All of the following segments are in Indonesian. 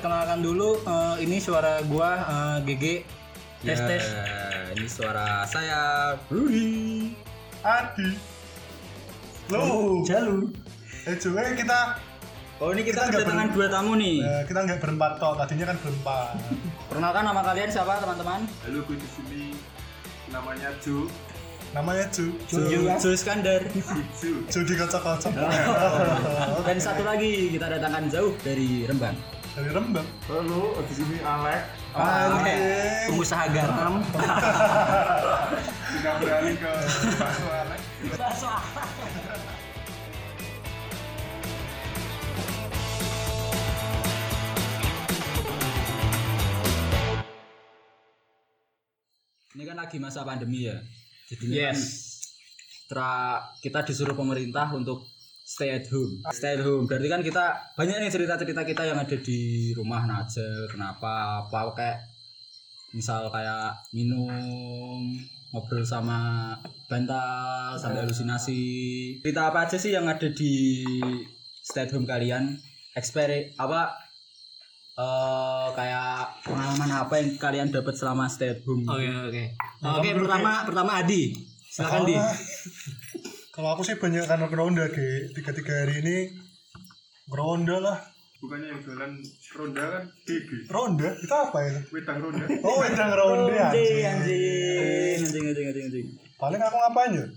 perkenalkan dulu, ini suara gua GG. Tes. Ini suara saya Rudy. Adi. Lo. Jalu. Juga kita. Oh ini kita kedatangan dua tamu nih. Kita nggak berempat toh, tadinya kan berempat. Perkenalkan nama kalian siapa teman-teman? Halo, gue di sini namanya Jo. Namanya Ju. Jo Iskandar. Ju dikocok-kocok. Dan satu lagi kita datangkan jauh dari Rembang. Dari Rembang. Halo, di sini Alek. Anjing. Pengusaha garam. Sudah beralih ke bakso Alek. Ini kan lagi masa pandemi ya. Jadi kita disuruh pemerintah untuk stay at home. Stay at home. Berarti kan kita banyak nih cerita-cerita kita yang ada di rumah aja. Kenapa? Apa kayak misal kayak minum, ngobrol sama bantal, sampai halusinasi. Cerita apa aja sih yang ada di stay at home kalian? Kayak pengalaman apa yang kalian dapat selama stay at home? Oke, pertama Adi. Silakan Di. Kalau aku sih banyak kan ronda ke 3 hari ini ronda lah. Bukannya yang jualan ronda kan DG. Ronda itu apa ya? Wedang ronda. Oh, wedang ronda. Anjing. Paling aku ngapain ya?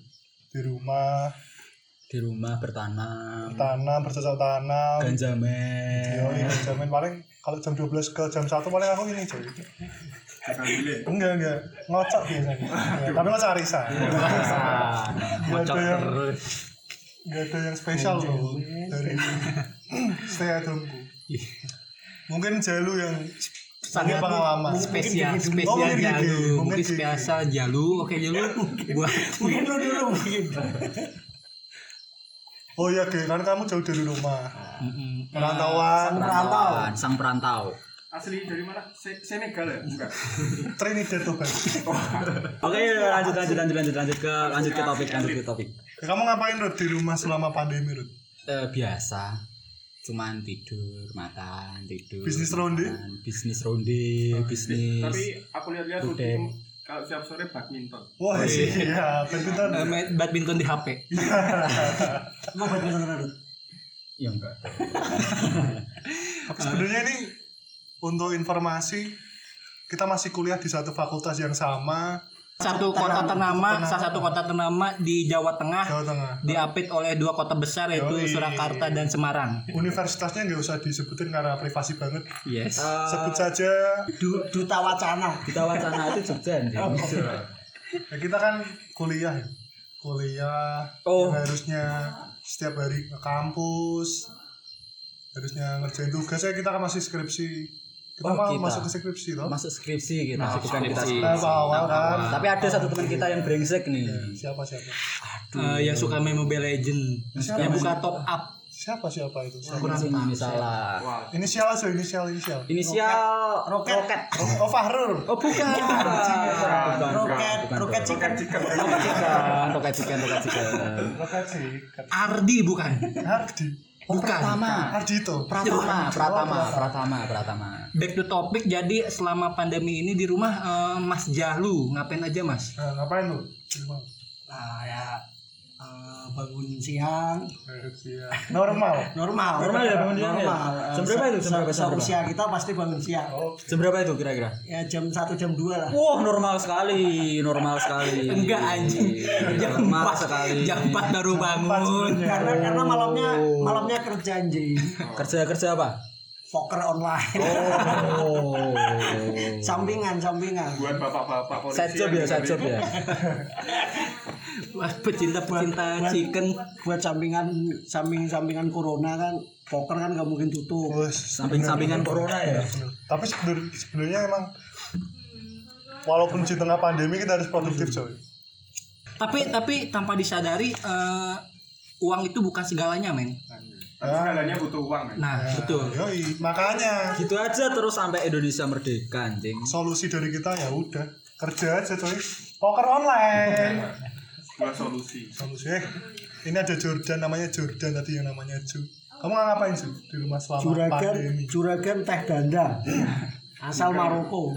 Di rumah Bertanam, bercocok tanam. ganjamen. Ganjamen paling kalau jam 12 ke jam 1 paling aku ini coy. Enggak. Ngocok biasanya. Tapi ngocok arisan. Ngocok terus. Enggak ada yang spesial loh dari stay at home. Mungkin Jalu yang Sangat pengalaman. spesial Mungkin Jalu. Mungkin gini. spesial Jalu. Oke Jalu. Mungkin lu dulu mungkin. Oh iya, kan kamu jauh dari rumah. Sang perantau. Asli dari mana? Senegal ya? Bukan. Trinidad Tobago. Oke, lanjut ke topik. Kamu ngapain Rud di rumah selama pandemi Rud? Biasa. Cuman tidur, makan, tidur. Bisnis ronde? Bisnis ronde, bisnis. Tapi aku lihat-lihat Rudem. kalau siap sore badminton. Wah iya, badminton. Badminton di HP. Emang badminton Rud? Ya enggak. Sebenarnya ini untuk informasi kita masih kuliah di satu fakultas yang sama. Salah satu kota ternama di Jawa Tengah. Diapit oleh 2 kota besar yaitu Surakarta dan Semarang. Universitasnya nggak usah disebutin karena privasi banget. Yes. Sebut saja Duta Wacana. Kita wacana itu Jogja nih. ya, kita kan kuliah yang harusnya setiap hari ke kampus, harusnya ngerjain tugas. Kita kan masih skripsi. Kita masuk ke skripsi loh. Masuk skripsi kita. Awal kan. Tapi ada satu teman kita yang brengsek nih. Siapa? Yang suka main Mobile Legend. Yang buka top up. Siapa itu? Ini salah. Inisial. Inisial Roket. Oh, Fahrul. Oh bukan. Roket chicken. Roket chicken. Ardi bukan. Hardi. Ardito. Pratama. Back to topic. Jadi selama pandemi ini di rumah Mas Jalu ngapain aja Mas? Ngapain lu? Ya bangun siang. Normal ya bangun siang ya? Jam berapa itu? Seusia kita pasti bangun siang. Jam berapa itu kira-kira? Ya jam 1 jam 2 lah. Wah normal sekali. Enggak anjing. Jam 4 baru bangun. Karena malamnya kerja anjing. Kerja apa? Poker online. Oh. Sampingan. Buat bapak-bapak polisi. Side job ya. Pecinta chicken. Buat sampingan corona kan, poker kan nggak mungkin tutup. Sampingan corona ya. Tapi sebenarnya emang walaupun di tengah pandemi kita harus produktif coy. Tapi tanpa disadari uang itu bukan segalanya men. Tapi segalanya butuh uang men. Nah betul. Yoi, makanya Gitu aja terus sampai Indonesia merdeka anjing. solusi dari kita ya udah kerja aja coy. Poker online. Dua solusi. Ini ada Jordan, namanya Jordan tadi yang namanya Ju. Kamu nggak ngapain sih di rumah selama pandemi? Juragan teh ganda. Asal Maroko.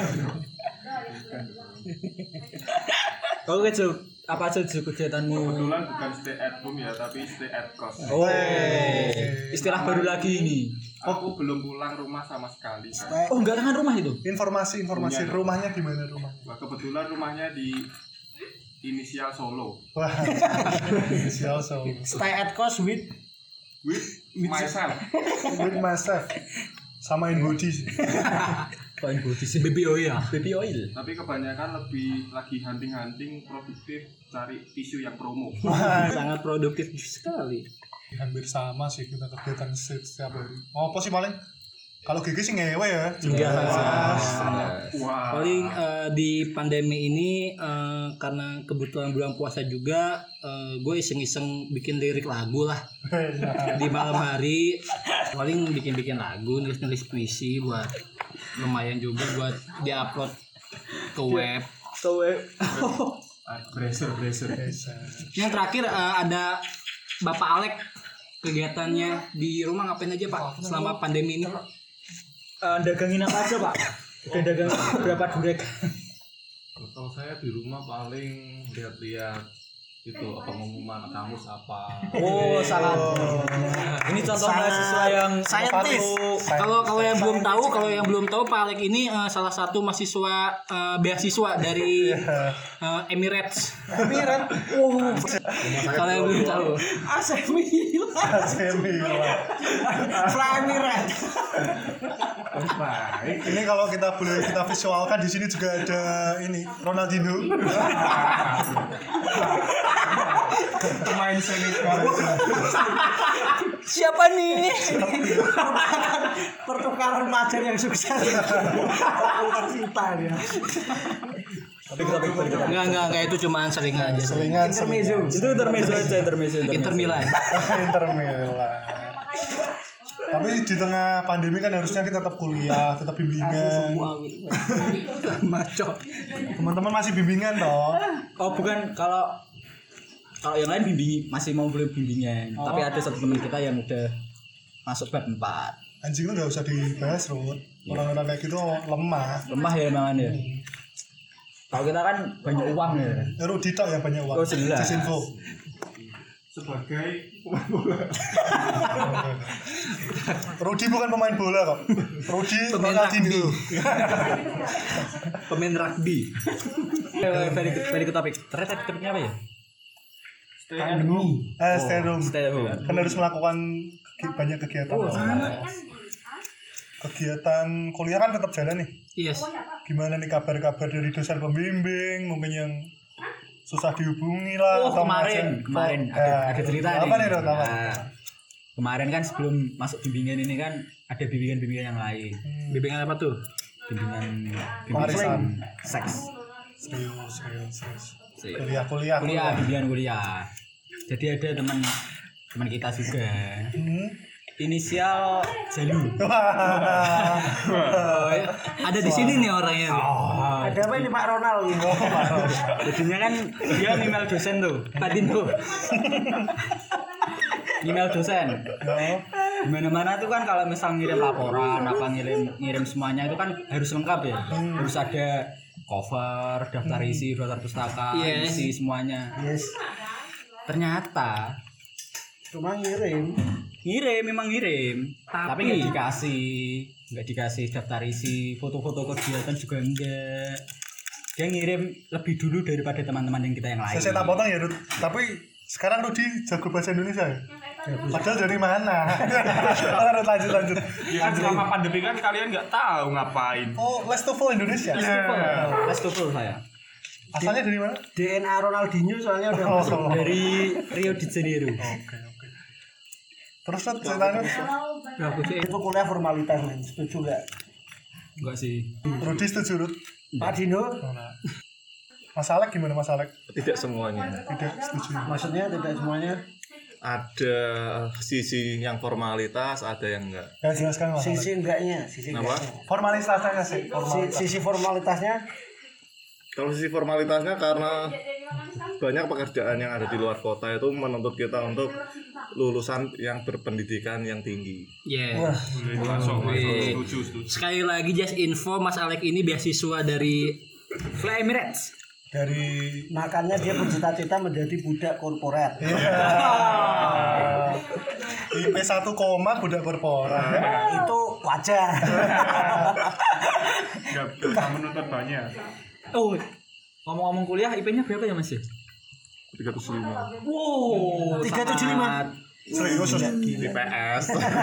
Kau kecil apa aja kegiatanmu? Kebetulan bukan stay at home ya, tapi stay at cost. Oh, istilah baru lagi ini. Aku belum pulang rumah sama sekali. Kan? Oh, enggak dengan rumah itu? Informasi rumahnya di mana rumah? Wah, kebetulan rumahnya di inisial Solo. Wah, inisial Solo. Stay at cost with Myself. With myself. Samain body sih. Kain body sih baby oil ya. Baby oil. Tapi kebanyakan lebih lagi hunting produktif cari tisu yang promo. Sangat produktif sekali. Hampir sama sih kita kegiatan setiap hari. Oh, apa sih paling? Kalau gigi sih ngewe ya. Wah. Paling di pandemi ini karena kebetulan bulan puasa juga, gue iseng-iseng bikin lirik lagu lah di malam hari. Paling bikin lagu, nulis puisi buat lumayan juga buat diupload ke web. Bracer. Yang terakhir ada Bapak Alek, kegiatannya di rumah ngapain aja Pak selama pandemi ini? Dagangin apa aja Pak? Udah dagang berapa durek? Kalau saya di rumah paling lihat-lihat itu pengumuman kampus apa. Oh, sangat. Ini contoh mahasiswa yang saintis. Kalau yang belum tahu Pak Alek ini salah satu mahasiswa beasiswa dari Emirates. Kalau yang belum tahu. AC Milan. Emirates. Ini kalau kita boleh kita visualkan di sini juga ada ini Ronaldinho. Pemain Senegal. Siapa nih? Pertukaran pelajar yang sukses. Fakultas IPA ya. Enggak itu cuma selingan aja. Selingan. Itu intermezzo aja, Inter Milan. Inter Milan. Tapi di tengah pandemi kan harusnya kita tetap kuliah, tetap bimbingan. Maco. Teman-teman masih bimbingan toh. Oh, bukan kalau yang lain masih mau belum bimbingan. Tapi ada satu teman kita yang udah masuk bab 4. Anjing lu enggak usah dibahas, Rut. Orang-orang kayak gitu lemah. Lemah ya emang ya. Kalau kita kan banyak uang ya. Rudi tok yang banyak uang. Oh, jelas. Info. Sebagai pemain bola. Rudi bukan pemain bola kok. Rudi Pemain Ronaldinho. Pemain rugby. Balik ke topik. Ternyata topiknya apa ya? Stay at home. Stay at home. Kan harus melakukan banyak kegiatan. Kegiatan kuliah kan tetap jalan nih. Yes. Gimana nih kabar-kabar dari dosen pembimbing? Mungkin yang susah dihubungi lah. Oh, atau kemarin ada cerita nih. Apa nih Rod? Kemarin kan sebelum masuk bimbingan ini kan ada bimbingan yang lain. Bimbingan apa tuh? Bimbingan Warisan. seks. Serius. Si- Kuliah. bimbingan kuliah. Jadi ada teman kita juga. Inisial Jalu. Ada di sini nih orangnya. Ada apa ini Pak Ronald? Jadinya kan dia email dosen tuh, Pak Dino. Email dosen. Di mana-mana tuh kan kalau misal ngirim laporan apa ngirim semuanya itu kan harus lengkap ya. Harus ada cover, daftar isi, daftar pustaka, isi semuanya. Yes. Ternyata Cuma memang ngirim, tapi nggak dikasih daftar isi, foto-foto kegiatan juga enggak. Dia ngirim lebih dulu daripada teman-teman yang kita yang lain. Saya tak potong ya Rud. Tapi sekarang Rudi jago bahasa Indonesia ya? Padahal dari mana? Lanjut. Ya kan selama pandemi kan kalian nggak tahu ngapain. Oh, Let's TOEFL Indonesia. Let's go saya. Asalnya dari mana? DNA Ronaldinho soalnya udah masuk. Dari Rio de Janeiro. Oke. Terus Rud ceritanya Itu kuliah formalitas men. Setuju gak? Enggak sih. Rudi setuju Rud? Pak Dino? Masalah gimana masalah? Tidak semuanya. Tidak setuju. Maksudnya tidak semuanya? Ada sisi yang formalitas, ada yang enggak. Ya jelaskan masalah. Sisi enggaknya. Formalitasnya sih. Sisi formalitasnya? Kalau sisi formalitasnya karena banyak pekerjaan yang ada di luar kota itu menuntut kita untuk lulusan yang berpendidikan yang tinggi. Yes. Masuk, setuju. Sekali lagi just info Mas Alek ini beasiswa dari Fly Emirates. Dari Makanya dia bercita-cita menjadi budak korporat. IP 1, budak korporat. Itu wajar. Enggak menuntut banyak. Oh, ngomong-ngomong kuliah IP-nya berapa ya Mas? 375. Wow, 375. Serius IPS.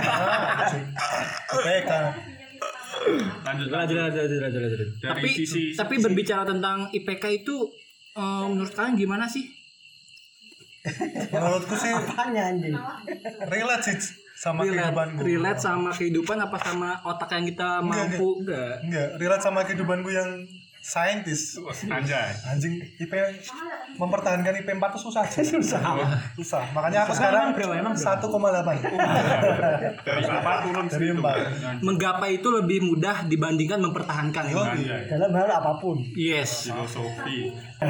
PK. Lanjut. Tapi Sisi berbicara tentang IPK itu menurut kalian gimana sih? Menurutku sih Apanya anjing? relate sih sama kehidupanku. Relate sama kehidupan apa sama otak yang kita mampu? Enggak, relate sama kehidupanku yang saintis. anjay. Anjing IP mempertahankan IP 4 itu susah aja. Susah. Makanya aku sekarang 1,8. Dari 4 turun Dari segitu. 4. Menggapai itu lebih mudah dibandingkan mempertahankan. Anjay. Dalam hal apapun. Yes. Filosofi.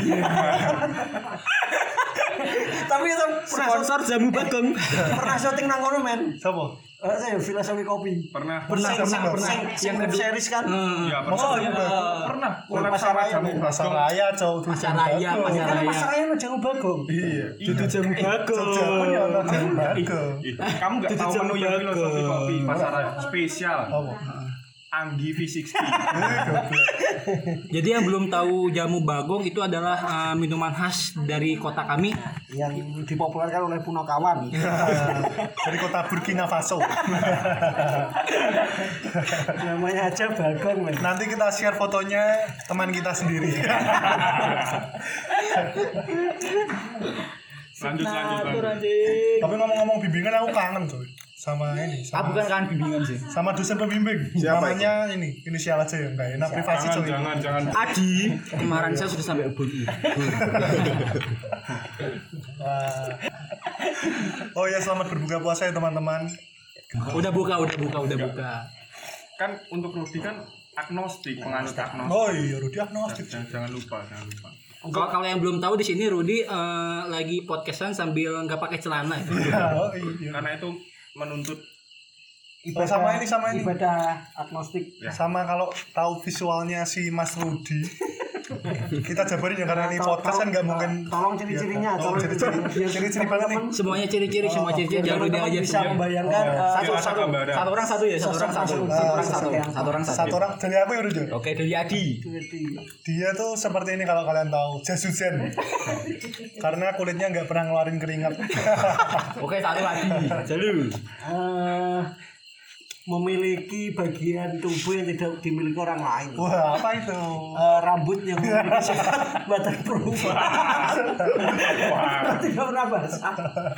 Tapi itu Sponsor jamu bagong. pernah syuting nang kono men. Siapa? Saya filosofi kopi. Pernah. Yang web series kan. Iya, Oh, iya. pernah. Kalau Pasaraya men. Pasaraya, Cowok. Pasaraya. Kan Pasaraya mah jamu bagong. Iya. Itu jamu bagong. Jogja pun ya ono jamu bagong. Kamu enggak tahu menu yang filosofi kopi Pasaraya spesial. Apa? Anggi V60. Jadi yang belum tahu jamu bagong itu adalah minuman khas dari kota kami. Yang dipopulerkan oleh Punokawan. Dari kota Burkina Faso. Namanya aja bagong men. Nanti kita share fotonya teman kita sendiri. Lanjut. Tapi ngomong-ngomong bimbingan aku kangen coy. Sama ini. Sama, bukan kan bimbingan sih. sama dosen pembimbing. Namanya ini inisial aja ya enggak enak privasi coy. Jangan. Adi, kemarin saya sudah sampai ubun. Oh ya, selamat berbuka puasa ya teman-teman. Udah buka. Kan untuk Rudi kan agnostik, penganut agnostik. Oh iya, Rudi agnostik. Jangan lupa. Kalau yang belum tahu di sini Rudi lagi podcastan sambil nggak pakai celana. Oh iya. Karena itu menuntut Sama ini. Ibadah agnostik. Sama kalau tahu visualnya si Mas Rudi. Kita jabarin ya karena ini podcast kan nggak mungkin. Tolong ciri-cirinya, Oh, ciri-ciri banget nih. Semuanya ciri-ciri jangan Rudi aja bisa semua. membayangkan Satu orang satu ya, satu orang satu. Satu orang dari aku ya Rudi. Oke, dari Adi. Dia tuh seperti ini kalau kalian tahu, jas hujan. Karena kulitnya nggak pernah ngeluarin keringat. Oke, satu lagi. Jalu. Memiliki bagian tubuh yang tidak dimiliki orang lain. Wah, apa itu? Rambut yang memiliki sifat waterproof. Tidak pernah basah.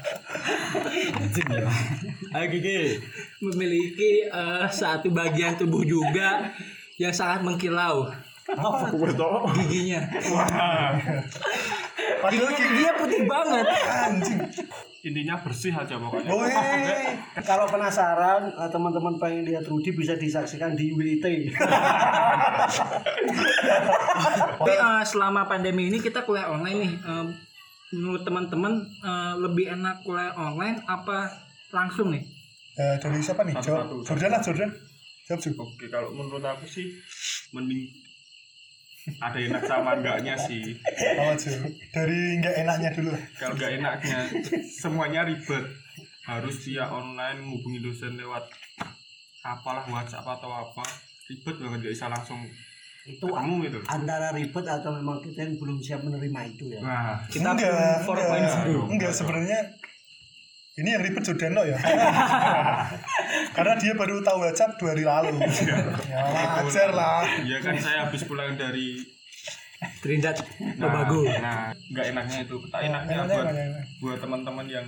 Ayo Gigi. Memiliki satu bagian tubuh juga yang sangat mengkilau. Giginya. Padahal Dia putih banget. anjing. intinya bersih aja pokoknya. Woi. Kalau penasaran, teman-teman pengen lihat Rudi bisa disaksikan di WIT. Tapi selama pandemi ini kita kuliah online nih. Menurut teman-teman lebih enak kuliah online apa langsung nih? Dari siapa nih? Satu-satu. Jordan lah, Jordan. Siap sih. Oke, kalau menurut aku sih mending ada enak sama enggaknya sih. Oh, dari nggak enaknya dulu. Kalau enggak enaknya semuanya ribet. Harus via online menghubungi dosen lewat apalah WhatsApp atau apa. Ribet banget, enggak bisa langsung Itu ketemu gitu. antara ribet atau memang kita yang belum siap menerima itu ya. Nah, Kita enggak, 4.0. enggak sebenarnya ini yang ribet Jordan lo ya. Karena dia baru tahu WhatsApp 2 hari lalu. Ya wajar lah. iya kan saya habis pulang dari Trinidad Tobago. Nah, enggak enaknya itu. Tak enaknya buat teman-teman yang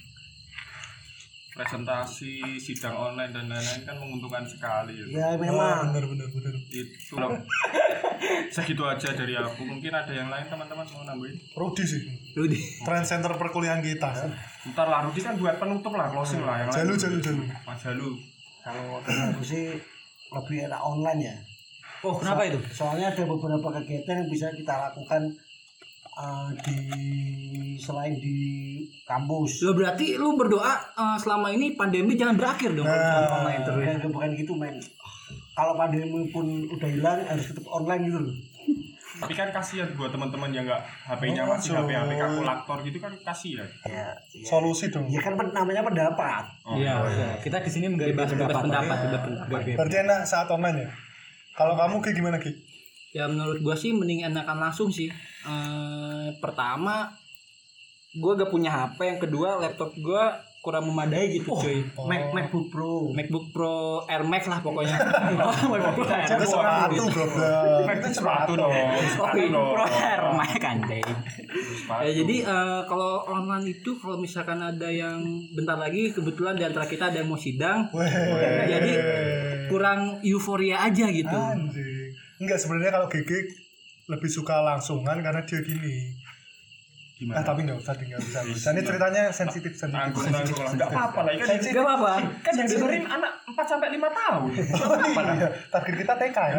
presentasi, sidang online dan lain-lain kan menguntungkan sekali. Ya Oh, memang. benar. Itu loh. Segitu aja dari aku. Mungkin ada yang lain teman-teman mau nambahin. Rudi sih. Rudi. Trend center perkuliahan kita. Ntar lah Rudi kan buat penutup lah, closing lah yang lain. Jalu. Mas Jalu. Kalau aku sih lebih enak online ya. Oh, kenapa itu? Soalnya ada beberapa kegiatan yang bisa kita lakukan di selain di kampus. Lo berarti lu berdoa selama ini pandemi jangan berakhir dong kalau misalkan online terus. Bukan gitu men. Kalau pandemi pun udah hilang harus tetap online gitu loh. Tapi kan kasihan buat teman-teman yang nggak HP-nya masih HP kalkulator gitu kan kasihan. Ya. Solusi dong. Ya kan namanya pendapat. Iya. Kita di sini menggali pendapat. Berarti enak saat online ya. Kalau kamu kayak gimana Ki? Ya menurut gua sih mending enakan langsung sih. Pertama gua gak punya HP, yang kedua laptop gua kurang memadai gitu cuy. MacBook Pro. MacBook Pro Air Max lah pokoknya. MacBook Pro Air Itu sepatu goblok. Itu Sepatu dong. Pro Air Max kan deh. Ya jadi kalau online itu kalau misalkan ada yang bentar lagi kebetulan di antara kita ada yang mau sidang, jadi kurang euforia aja gitu. Anjing. Enggak, sebenarnya kalau GG lebih suka langsungan karena dia gini. Gimana? Tapi enggak usah. Ini ceritanya sensitif. Tanggung lah. Enggak apa-apa lah. Kan Gak apa-apa. kan yang dengerin anak 4 sampai 5 tahun. Iya, target kita TK ya.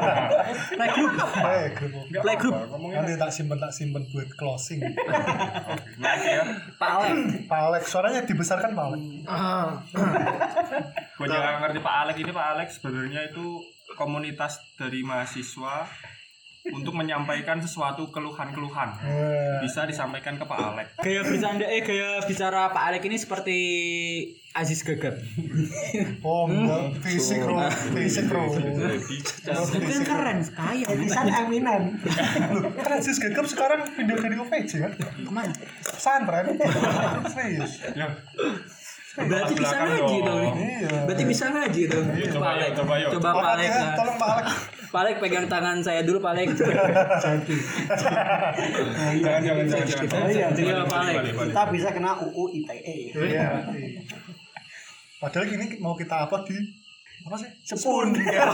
Playgroup. Nanti tak simpen buat closing. Nanti ya. Pak Alex, suaranya dibesarkan Pak Alex. Buat yang nggak ngerti Pak Alex sebenarnya itu komunitas dari mahasiswa untuk menyampaikan sesuatu keluhan-keluhan. Bisa disampaikan ke Pak Alex. Gaya bicara Pak Alex ini seperti Aziz Gagap. Oh, enggak. Fisik bro. Itu keren, kaya. Bisa aminan. Kan Aziz Gagap sekarang pindah dari OVJ kan? Kemana? Pesantren. Serius. Ya. Berarti bisa ngaji dong. Berarti bisa ngaji dong. Coba yuk. Coba Pak Alex. Tolong Pak Alex. Pak Alex pegang tangan saya dulu Pak Alex. Jangan. Iya Pak Alex. Kita bisa kena UU ITE. Iya. Padahal gini mau kita apa di apa sih? Sepun.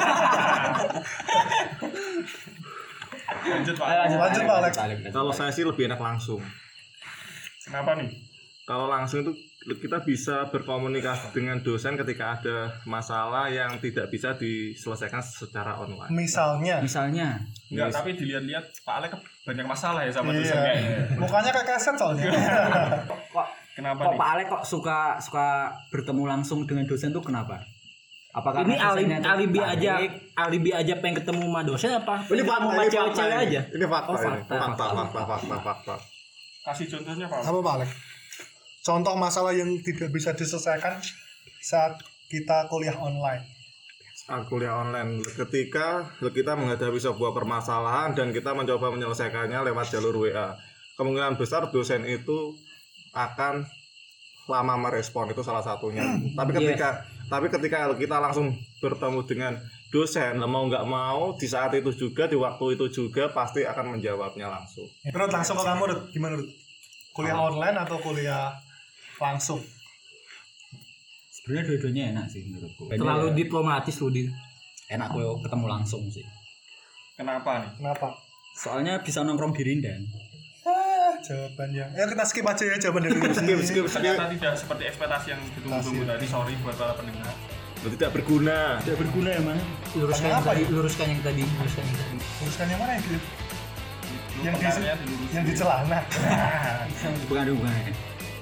Lanjut Pak. Lanjut Pak Alex. Kalau saya sih lebih enak langsung. Kenapa nih? Kalau langsung itu kita bisa berkomunikasi dengan dosen ketika ada masalah yang tidak bisa diselesaikan secara online. Misalnya. Enggak, tapi dilihat-lihat Pak Alex banyak masalah ya sama dosen kayaknya. Mukanya kayak keset soalnya. Kenapa Kok nih? Pak Alex kok suka bertemu langsung dengan dosen tuh kenapa? Apakah Ini alibi aja pengen ketemu sama dosen apa? Ini fakta, sama cewek-cewek aja. Ini fakta. Oh, Fakta. Kasih contohnya Pak. Apa Pak Alex? Contoh masalah yang tidak bisa diselesaikan saat kita kuliah online. Saat kuliah online, ketika kita menghadapi sebuah permasalahan dan kita mencoba menyelesaikannya lewat jalur WA, kemungkinan besar dosen itu akan lama merespon, itu salah satunya. Tapi ketika kita langsung bertemu dengan dosen, mau nggak mau di saat itu juga, di waktu itu juga pasti akan menjawabnya langsung. Terus langsung ke kamu, Rut. Gimana Rut? Kuliah online atau kuliah langsung? Sebenarnya dua-duanya enak sih menurutku. Terlalu diplomatis lu di. Enak gue ketemu langsung sih. Kenapa nih? Kenapa? Soalnya bisa nongkrong di Rindan. Jawabannya. Ya kita skip aja ya jawaban dari Rut. Skip. Ternyata tidak seperti ekspektasi yang ditunggu-tunggu tadi. Sorry buat para pendengar. Tidak berguna. Tidak berguna emang. Luruskan yang tadi. Luruskan yang mana ya, Grip? Pendengarnya dilurusin. Yang di celana. Bukan hubungannya.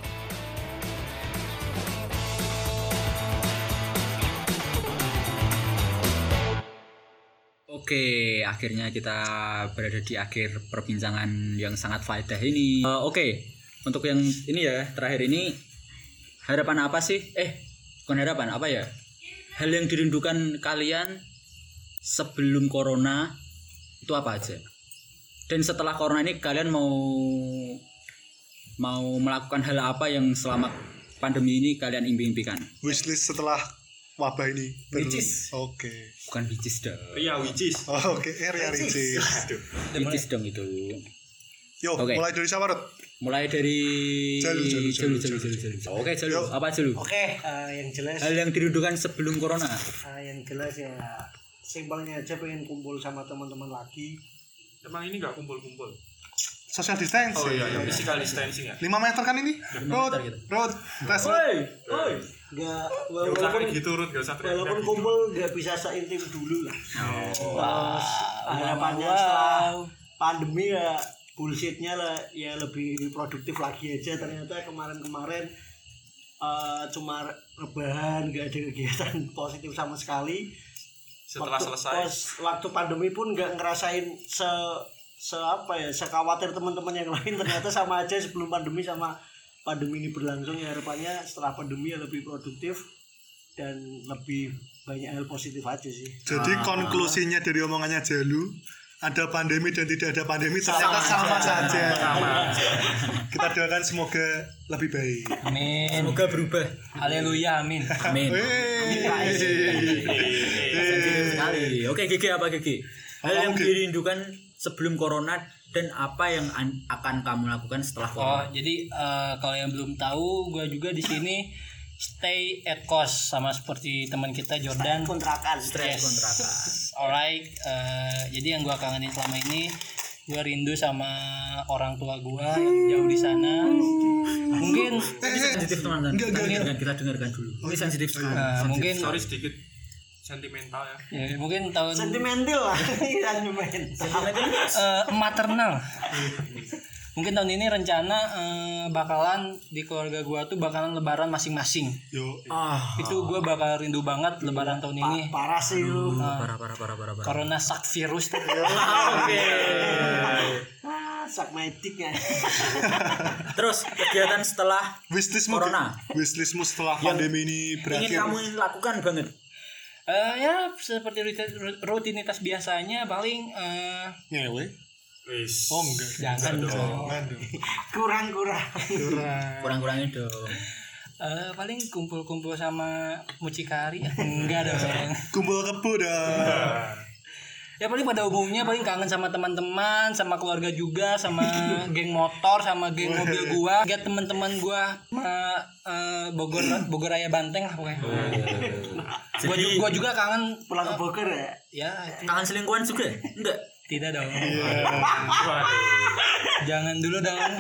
Oke, akhirnya kita berada di akhir perbincangan yang sangat faedah ini. Oke, untuk yang ini ya, terakhir ini harapan apa sih? Bukan harapan, apa ya? Hal yang dirindukan kalian sebelum corona itu apa aja? Dan setelah corona ini kalian mau melakukan hal apa yang selama pandemi ini kalian impikan? Wishlist setelah wabah ini. Which Oke. Bukan bicis dong. Iya, Wicis. Oke, Ria Ricis. Bicis dong itu. Yo, Oke. mulai dari siapa, Rut? Mulai dari Jalu. Oke, Jalu. Yo. Apa Jalu? Oke, yang jelas Hal yang dirindukan sebelum corona. yang jelas ya simpelnya aja pengen kumpul sama teman-teman lagi. Emang ini nggak kumpul-kumpul? Social distancing. Oh iya, physical distancing ya. 5 meter kan ini? Rut, tes. Nggak Gak usah kayak gitu, Rut. Gak usah walaupun teriak-teriak kumpul nggak bisa seintim dulu lah. Wow. Harapannya setelah pandemi ya bullshitnya lah ya lebih produktif lagi aja. Ternyata kemarin-kemarin cuma rebahan, nggak ada kegiatan positif sama sekali. Setelah selesai waktu pandemi pun nggak ngerasain sekhawatir teman-teman yang lain. Ternyata sama aja sebelum pandemi sama pandemi ini berlangsung. Ya harapannya setelah pandemi ya lebih produktif dan lebih banyak hal positif aja sih. Jadi konklusinya dari omongannya Jalu, ada pandemi dan tidak ada pandemi ternyata sama saja. Kita doakan semoga lebih baik. Amin. Semoga berubah. Haleluya, amin. Amin. Sensitif sekali. Oke, Gigi apa Gigi? Hal yang dirindukan sebelum corona dan apa yang akan kamu lakukan setelah corona? Jadi kalau yang belum tahu, gue juga di sini stay at cost sama seperti teman kita Jordan. Kontrakan. Yes. Alright. Jadi yang gue kangenin selama ini, gue rindu sama orang tua gue yang jauh di sana. Mungkin Ini sensitif teman-teman. Kita dengarkan dulu. Ini sensitif sekali. mungkin sorry sedikit sentimental ya. mungkin tahun Sentimental lah. maternal. Mungkin tahun ini rencana bakalan di keluarga gua tuh bakalan lebaran masing-masing. Yo. Itu gua bakal rindu banget lebaran tahun ini. Parah sih lu. Parah. Karena sak virus tuh. Oke. Sak medik ya. Terus kegiatan setelah Wishlistmu corona. Wishlistmu setelah pandemi ini ingin berakhir. kamu lakukan banget. Ya seperti rutinitas biasanya paling Ngewe. Wis. Oh enggak. jangan dong. Jangan dong. Kurang. Kurang-kurangin dong. Paling kumpul-kumpul sama mucikari. Enggak dong. Kumpul kebo dah. Ya paling pada umumnya paling kangen sama teman-teman, sama keluarga juga, sama geng motor, sama geng mobil gua, lihat teman-teman gua Bogor Raya Banteng lah pokoknya. Gua juga kangen Pulang ke Bogor ya. ya itu. Kangen selingkuhan juga? Enggak. Tidak dong. Jangan dulu dong.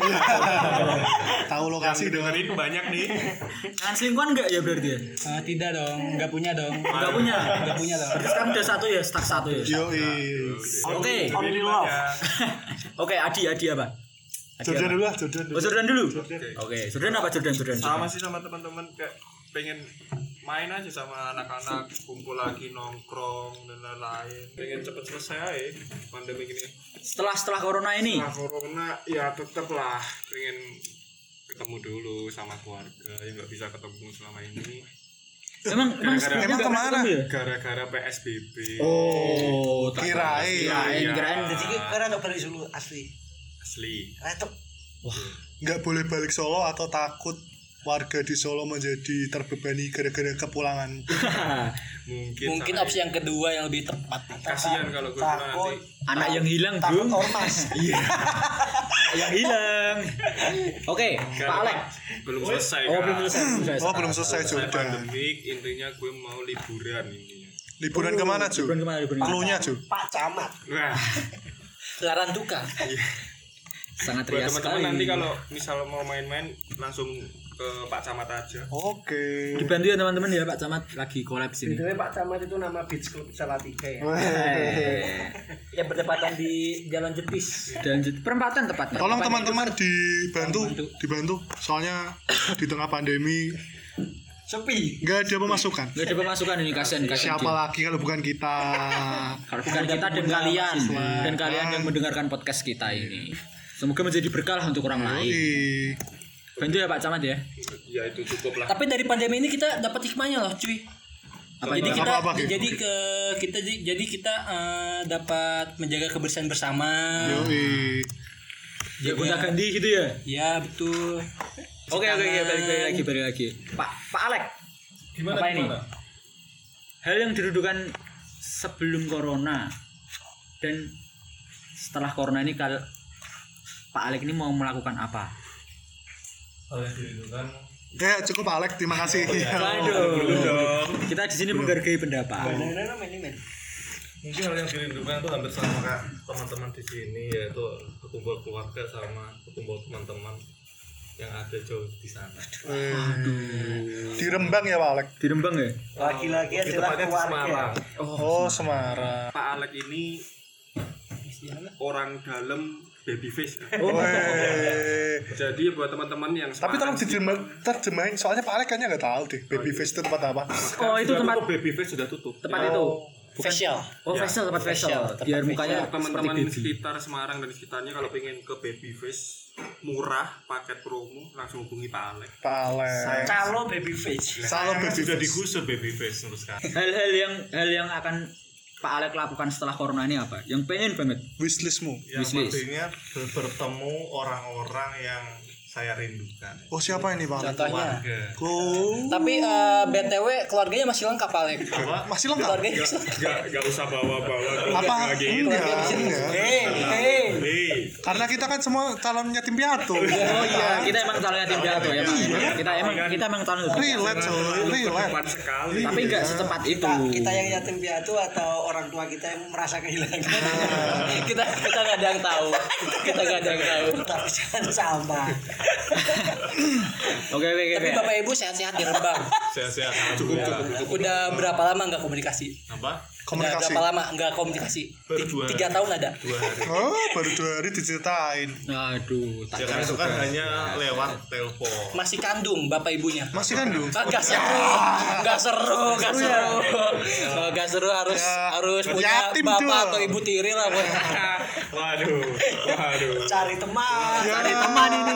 Tahu lokasi dong. Dengerin banyak nih. Kangen selingkuhan enggak ya berarti ya? Tidak dong, nggak punya dong. Enggak punya. Nggak punya dong. Berarti sekarang udah satu ya, start satu ya. Yo. Oke. Only love. Oke, Adi apa? Jordan dulu lah, Jordan dulu. Oh, Jordan dulu. Oke, Jordan apa Jordan? Sama sih sama teman-teman kayak pengen main aja sama anak-anak, kumpul lagi nongkrong dan lain-lain. Pengen cepet selesai aja pandemi ini. Setelah corona ini. Setelah corona ya tetep lah pengen ketemu dulu sama keluarga yang nggak bisa ketemu selama ini. Emang Gara-gara- nggak kemana? ketemu ya? Gara-gara PSBB. Oh, Kirain. kirain. Jadi karena nggak balik dulu asli. Asli. Itu Nggak boleh balik Solo atau takut warga di Solo menjadi terbebani gara-gara kepulangan. Mungkin Opsi yang kedua yang lebih tepat. kasihan kalau gue bilang takut. nanti Anak yang hilang, Takut Bro. ormas. Anak yang hilang. Oke, Pak Alek. belum selesai Oh, kan? belum selesai. Oh, belum selesai Selesai Jordan. pandemik, intinya gue mau liburan intinya. Liburan kemana, Ju? Liburan kemana? Cluenya, Ju. Pak Camat. Wah, Laran duka. Sangat buat rias teman-teman sekali. nanti kalau misal mau main-main langsung ke Pak Camat aja. Oke. Dibantu ya teman-teman ya, Pak Camat lagi collab sini. Btw Pak Camat itu nama beach club Salatiga ya. Yang bertepatan di Jalan Jetis. Dan perempatan tepatnya. Tolong teman-teman dibantu. Soalnya di tengah pandemi Sepi. nggak ada pemasukan. Nggak ada pemasukan ini, kasihan. Siapa lagi kalau bukan kita? Kalau bukan kita dan kalian yang mendengarkan podcast kita ini. Semoga menjadi berkah untuk orang lain. Ih, Bantu ya Pak Camat ya. Ya itu cukup lah. Tapi dari pandemi ini kita dapat hikmahnya loh, cuy. Apa Jadi itu? kita Apa, Ki? kita dapat menjaga kebersihan bersama. yoi. Ya gonta-ganti gitu ya. Ya betul. Oke, balik lagi. Pak Alek. Gimana? Apa ini? Hal yang dirindukan sebelum corona dan setelah corona ini Pak Alek ini mau melakukan apa? Ya cukup Alek, terima kasih. Waduh. Kita di sini menghargai pendapat. Mungkin hal yang dirindukan itu hampir sama kayak teman-teman di sini, yaitu berkumpul keluarga sama berkumpul teman-teman yang ada jauh di sana. Di Rembang ya Pak Alek. Di Rembang ya? Lagi-lagi Di adalah tempatnya di keluarga. Semarang. Oh Semarang. Pak Alek ini orang dalam baby face. Weh. Jadi buat teman-teman yang Tapi tolong terjemahin soalnya Pak Alek kayaknya nggak tahu deh baby face itu tempat apa. Oh, itu sudah tempat tutup, baby face sudah tutup. tempat itu. Facial. Oh, facial, tempat facial. Biar mukanya Teman-teman seperti baby. sekitar Semarang dan sekitarnya kalau pengen ke baby face murah paket promo langsung hubungi Pak Alek. Pak Alek. Calo baby face. Salon baby sudah face. digusur baby face terus kan. Hal yang akan Pak Alek lakukan setelah corona ini apa? Yang pengen banget. Wishlistmu. Yang Wishlist. pentingnya bertemu orang-orang yang saya rindukan. Oh siapa ini Pak? Contohnya. Keluarga. Oh. Tapi BTW keluarganya masih lengkap Alek. Masih lengkap. Keluarganya masih lengkap. Gak usah bawa-bawa Apa? lagi. Enggak. Hey. Karena kita kan semua calon yatim piatu. Oh iya, kita emang calon yatim piatu ya. Kita emang calon yatim piatu. Relate coy, relate. Cepat sekali. Tapi enggak secepat itu. Kita yang yatim piatu atau orang tua kita yang merasa kehilangan. kita nggak ada yang tahu. Kita nggak ada yang tahu. Tapi jangan sama. Oke. Tapi Bapak Ibu sehat-sehat di Rembang. Sehat-sehat. Cukup. Udah berapa lama nggak komunikasi? Apa? Udah Komunikasi. berapa lama nggak komunikasi? Baru 2 hari. 3 tahun ada. 2 hari. Oh, baru 2 hari diceritain. Aduh, tak Ya kan itu kan hanya lewat telepon. Masih kandung Bapak Ibunya. Masih kan dulu. Gak seru harus punya Yatim bapak juga. atau ibu tiri lah buat Waduh. Cari teman. cari teman ini,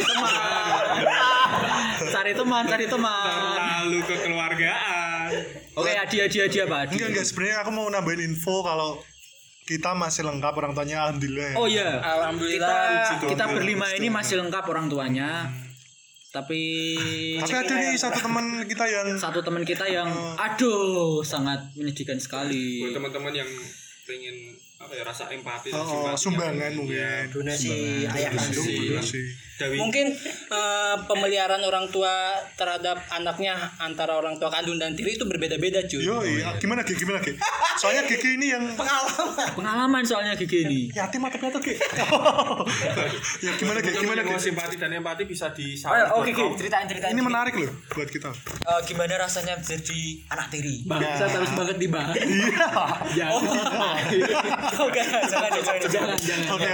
cari teman. Lalu kekeluargaan. Oke, hadiah Pak. Enggak sebenarnya aku mau nambahin info kalau kita masih lengkap orang tuanya alhamdulillah. Oh iya. Alhamdulillah. Kita berlima ini masih lengkap orang tuanya. Tapi Tapi ada nih satu teman kita yang satu teman kita yang aduh sangat menyedihkan sekali. Buat teman-teman yang pengen apa ya rasa empati dan oh, simpati. sumbangan mungkin. Donasi ayah kandung. Donasi. Dewi. Mungkin pemeliharaan orang tua terhadap anaknya antara orang tua kandung dan tiri itu berbeda-beda cuy. Yo, iya. Gimana Ki? Soalnya Kiki ini yang Pengalaman soalnya Gigi ini. yatim atau piatu Ki? Ya gimana Ki? Mau simpati dan empati bisa di Oke, ceritain. Ini menarik loh buat kita. Gimana rasanya jadi anak tiri? Bangsa harus banget dibahas. Iya. Oke, jangan. Oke.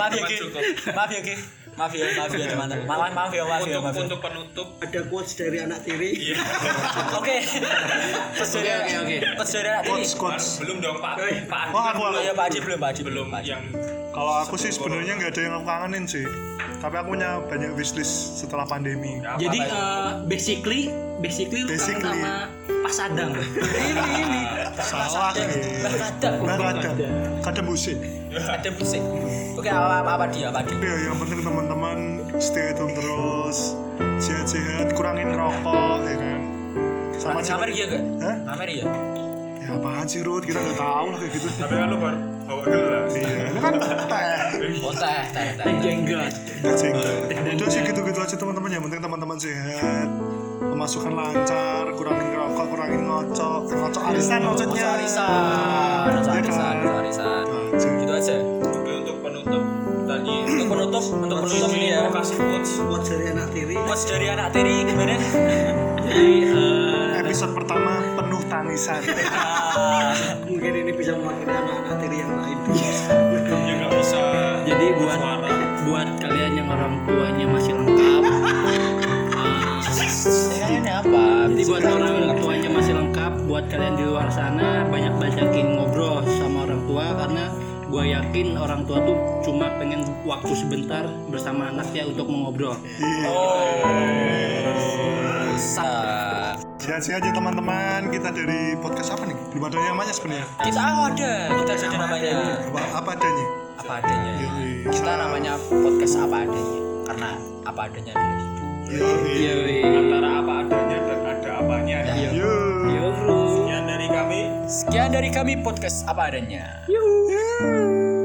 Maaf ya teman-teman. Maaf ya. Untuk penutup Ada quotes dari anak tiri. Oke. Quotes dari anak tiri. Quotes. belum dong Pak. Pak Oh, aku. Ya Pak Haji belum. belum yang Kalau aku sih sebenarnya nggak ada yang aku kangenin sih. Tapi aku punya banyak wishlist setelah pandemi. Jadi basically lu kangen sama Pas Adang. Ini. Salah nih. Kadang musik. Ada musik. Oke, apa dia? Ya, yang penting teman-teman stay at home terus, sehat-sehat, kurangin rokok, ya kan. Sama Ngamer ya gak? Hah? Ngamer ya? Ya apaan sih Ruth, kita nggak tahu lah kayak gitu. tapi kan lu baru bawa gelas. Iya, ini kan teh. Oh, teh. Jenggot. Udah sih gitu-gitu aja teman-teman. Yang penting teman-teman sehat, pemasukan lancar, kurangin rokok, kurangin ngocok arisan maksudnya. Arisan. Gitu aja. Oke, untuk penutup tadi Untuk penutup ini ya. kasih quotes. Quotes dari anak tiri. Quotes dari anak tiri gimana? Jadi Episode pertama penuh tangisan. Mungkin ini bisa mewakili anak-anak tiri yang lain. Ya nggak bisa. jadi buat kalian yang orang tuanya masih lengkap. Kayaknya apa? Jadi buat orang tuanya masih lengkap, buat kalian di luar sana banyak-banyakin ngobrol sama orang tua karena gue yakin orang tua tuh cuma pengen waktu sebentar bersama anaknya untuk mengobrol. Sehat-sehat aja teman-teman. Kita dari podcast apa nih? Belum ada yang namanya sebenarnya. Kita ada namanya. Apa adanya? Apa adanya. Kita namanya podcast apa adanya. Karena apa adanya adalah hidup. Antara apa adanya dan ada apanya. Yo. Sekian dari kami. Sekian dari kami podcast apa adanya. Yo.